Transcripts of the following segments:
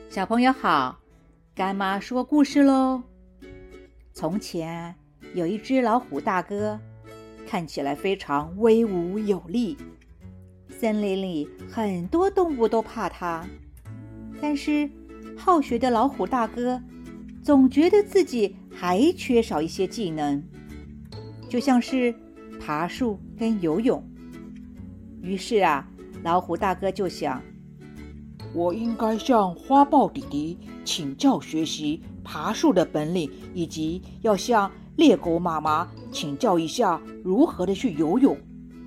小朋友好，干妈说故事喽。从前有一只老虎大哥，看起来非常威武有力，森林里很多动物都怕他。但是好学的老虎大哥总觉得自己还缺少一些技能，就像是爬树跟游泳。于是老虎大哥就想， 我应该向花豹弟弟请教学习爬树的本领，以及要向猎狗妈妈请教一下如何的去游泳。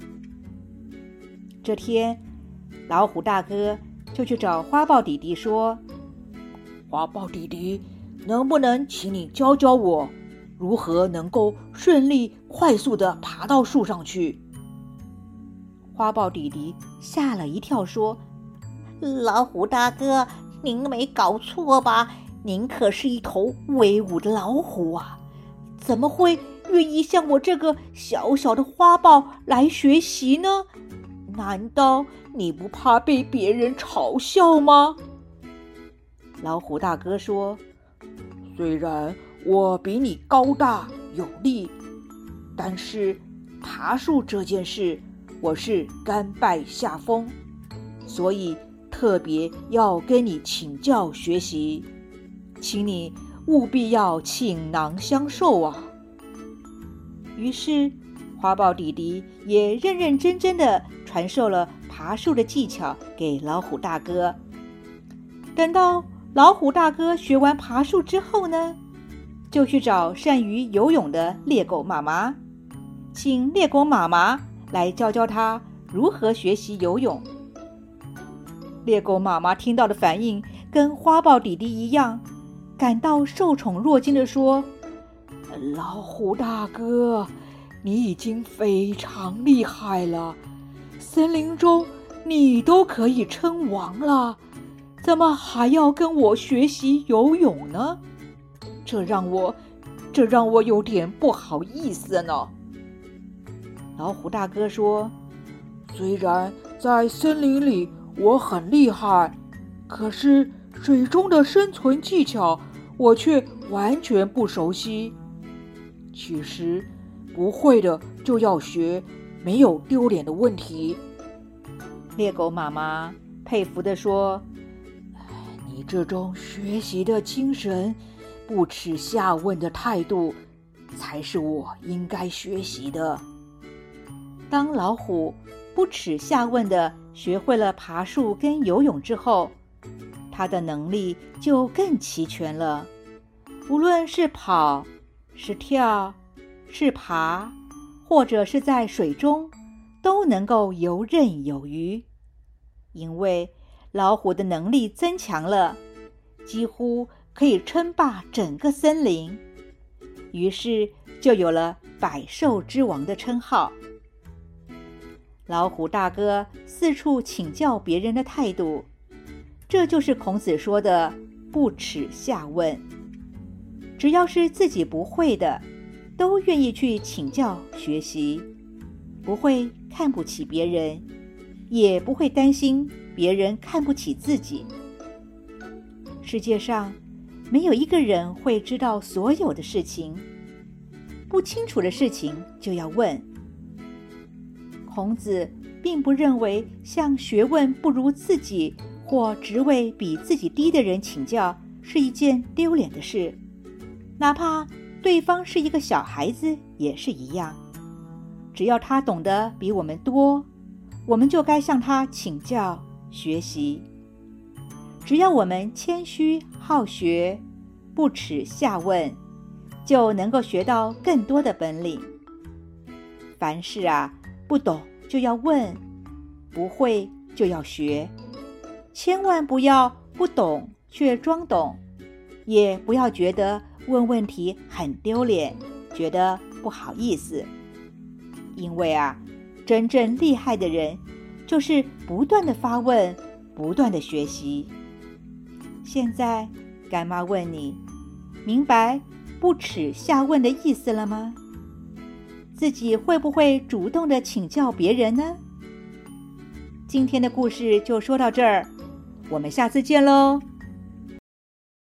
这天，老虎大哥就去找花豹弟弟说， 花豹弟弟，能不能请你教教我如何能够顺利快速的爬到树上去？ 花豹弟弟吓了一跳说， 老虎大哥，您没搞错吧？您可是一头威武的老虎啊，怎么会愿意向我这个小小的花豹来学习呢？难道你不怕被别人嘲笑吗？ 老虎大哥说， 虽然我比你高大有力，但是爬树这件事我是甘拜下风，所以特别要跟你请教学习，请你务必要倾囊相授啊。 于是花豹弟弟也认认真真的传授了爬树的技巧给老虎大哥。等到老虎大哥学完爬树之后呢，就去找善于游泳的猎狗妈妈，请猎狗妈妈来教教他如何学习游泳。猎狗妈妈听到的反应跟花豹弟弟一样，感到受宠若惊地说， 老虎大哥，你已经非常厉害了，森林中你都可以称王了，怎么还要跟我学习游泳呢？这让我有点不好意思呢。 老虎大哥说， 虽然在森林里我很厉害，可是水中的生存技巧我却完全不熟悉。其实不会的就要学，没有丢脸的问题。 猎狗妈妈佩服地说， 你这种学习的精神，不耻下问的态度，才是我应该学习的。 当老虎不耻下问地学会了爬树跟游泳之后，他的能力就更齐全了。无论是跑，是跳，是爬，或者是在水中，都能够游刃有余。因为老虎的能力增强了，几乎可以称霸整个森林，于是就有了百兽之王的称号。老虎大哥四处请教别人的态度，这就是孔子说的不耻下问。只要是自己不会的，都愿意去请教学习，不会看不起别人，也不会担心别人看不起自己。世界上没有一个人会知道所有的事情，不清楚的事情就要问。孔子并不认为向学问不如自己或职位比自己低的人请教是一件丢脸的事，哪怕对方是一个小孩子也是一样。只要他懂得比我们多，我们就该向他请教学习。只要我们谦虚好学，不耻下问，就能够学到更多的本领。凡事不懂就要问，不会就要学，千万不要不懂却装懂，也不要觉得问问题很丢脸，觉得不好意思。因为真正厉害的人就是不断的发问，不断的学习。现在干妈问你，明白不耻下问的意思了吗？自己会不会主动的请教别人呢？今天的故事就说到这儿，我们下次见喽。